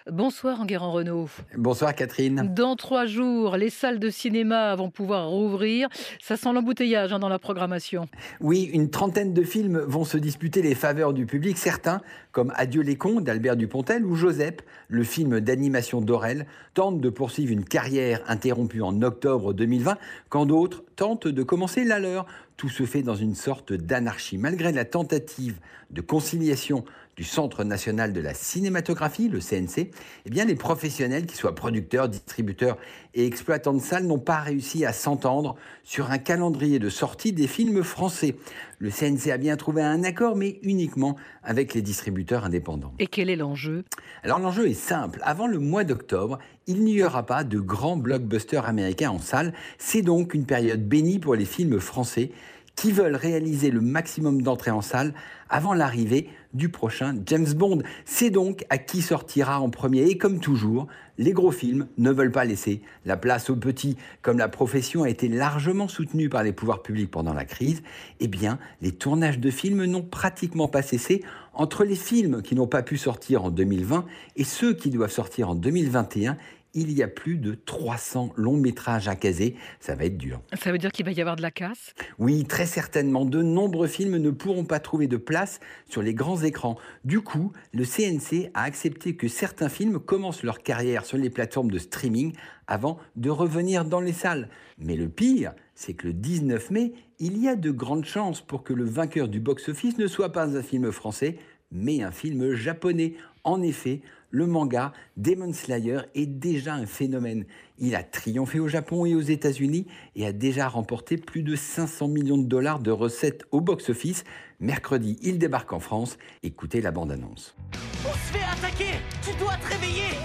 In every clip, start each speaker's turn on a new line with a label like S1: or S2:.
S1: Bonsoir Enguerrand-Renaud.
S2: Bonsoir Catherine.
S1: Dans 3 jours, les salles de cinéma vont pouvoir rouvrir. Ça sent l'embouteillage dans la programmation.
S2: Oui, une trentaine de films vont se disputer les faveurs du public. Certains, comme Adieu les cons d'Albert Dupontel ou Joseph, le film d'animation d'Aurel, tentent de poursuivre une carrière interrompue en octobre 2020, quand d'autres tentent de commencer la leur. Tout se fait dans une sorte d'anarchie. Malgré la tentative de conciliation du Centre national de la cinématographie, le CNC, eh bien les professionnels, qui soient producteurs, distributeurs et exploitants de salles, n'ont pas réussi à s'entendre sur un calendrier de sortie des films français. Le CNC a bien trouvé un accord, mais uniquement avec les distributeurs indépendants.
S1: Et quel est l'enjeu ?
S2: Alors l'enjeu est simple. Avant le mois d'octobre, il n'y aura pas de grands blockbusters américains en salle. C'est donc une période bénie pour les films français qui veulent réaliser le maximum d'entrées en salle avant l'arrivée du prochain James Bond. C'est donc à qui sortira en premier. Et comme toujours, les gros films ne veulent pas laisser la place aux petits. Comme la profession a été largement soutenue par les pouvoirs publics pendant la crise, eh bien, les tournages de films n'ont pratiquement pas cessé. Entre les films qui n'ont pas pu sortir en 2020 et ceux qui doivent sortir en 2021, il y a plus de 300 longs métrages à caser. Ça va être dur.
S1: Ça veut dire qu'il va y avoir de la casse ?
S2: Oui, très certainement. De nombreux films ne pourront pas trouver de place sur les grands écrans. Du coup, le CNC a accepté que certains films commencent leur carrière sur les plateformes de streaming avant de revenir dans les salles. Mais le pire, c'est que le 19 mai, il y a de grandes chances pour que le vainqueur du box-office ne soit pas un film français, mais un film japonais. En effet, le manga Demon Slayer est déjà un phénomène. Il a triomphé au Japon et aux États-Unis et a déjà remporté plus de 500 millions de dollars de recettes au box-office. Mercredi, il débarque en France. Écoutez la bande-annonce.
S3: On se fait attaquer! Tu dois te réveiller!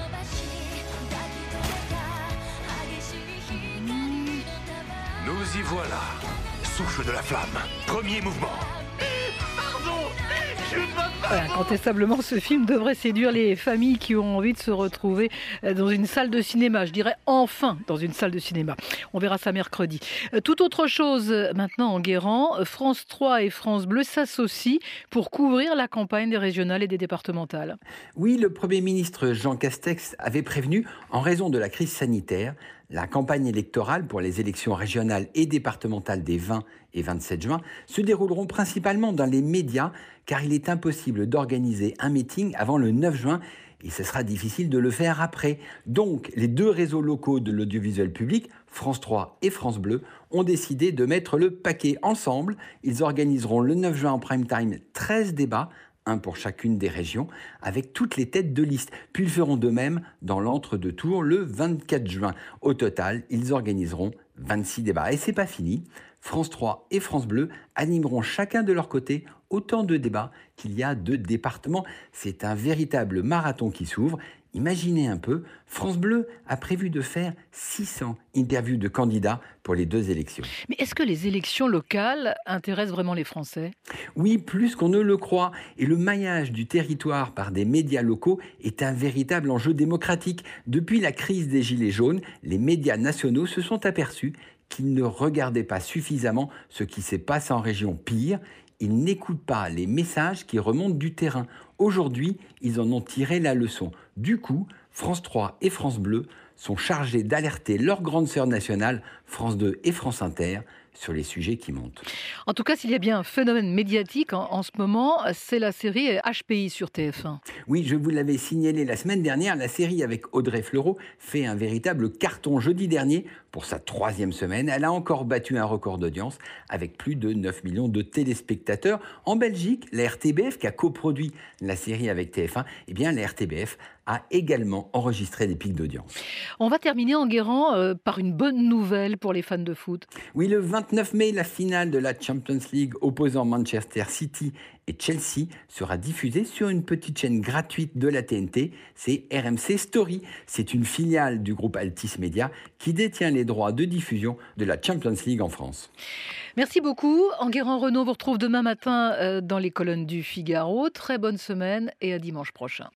S4: Nous y voilà. Souffle de la flamme. Premier mouvement.
S3: Pardon! Je veux pas pardon!
S1: Incontestablement, ce film devrait séduire les familles qui ont envie de se retrouver dans une salle de cinéma. Je dirais enfin dans une salle de cinéma. On verra ça mercredi. Tout autre chose maintenant Enguerrand. France 3 et France Bleu s'associent pour couvrir la campagne des régionales et des départementales.
S2: Oui, le Premier ministre Jean Castex avait prévenu, en raison de la crise sanitaire, la campagne électorale pour les élections régionales et départementales des 20 et 27 juin se dérouleront principalement dans les médias, car il est impossible d'organiser un meeting avant le 9 juin et ce sera difficile de le faire après. Donc, les deux réseaux locaux de l'audiovisuel public, France 3 et France Bleu, ont décidé de mettre le paquet ensemble. Ils organiseront le 9 juin en prime time 13 débats, un pour chacune des régions, avec toutes les têtes de liste. Puis ils feront de même dans l'entre-deux tours le 24 juin. Au total, ils organiseront 26 débats. Et c'est pas fini. France 3 et France Bleu animeront chacun de leur côté autant de débats qu'il y a de départements. C'est un véritable marathon qui s'ouvre. Imaginez un peu, France Bleu a prévu de faire 600 interviews de candidats pour les 2 élections.
S1: Mais est-ce que les élections locales intéressent vraiment les Français ?
S2: Oui, plus qu'on ne le croit. Et le maillage du territoire par des médias locaux est un véritable enjeu démocratique. Depuis la crise des Gilets jaunes, les médias nationaux se sont aperçus qu'ils ne regardaient pas suffisamment ce qui se passe en région. Pire, ils n'écoutent pas les messages qui remontent du terrain. Aujourd'hui, ils en ont tiré la leçon. Du coup, France 3 et France Bleu sont chargés d'alerter leurs grandes sœurs nationales, France 2 et France Inter, sur les sujets qui montent.
S1: En tout cas, s'il y a bien un phénomène médiatique en ce moment, c'est la série HPI sur TF1.
S2: Oui, je vous l'avais signalé la semaine dernière, la série avec Audrey Fleurot fait un véritable carton jeudi dernier. Pour sa 3e semaine, elle a encore battu un record d'audience avec plus de 9 millions de téléspectateurs. En Belgique, la RTBF, qui a coproduit la série avec TF1, eh bien la RTBF a également enregistré des pics d'audience.
S1: On va terminer Enguerrand par une bonne nouvelle pour les fans de foot.
S2: Oui, le 29 mai, la finale de la Champions League opposant Manchester City et Chelsea sera diffusée sur une petite chaîne gratuite de la TNT, c'est RMC Story. C'est une filiale du groupe Altis Media qui détient les droits de diffusion de la Champions League en France.
S1: Merci beaucoup. Enguerrand-Renaud vous retrouve demain matin dans les colonnes du Figaro. Très bonne semaine et à dimanche prochain.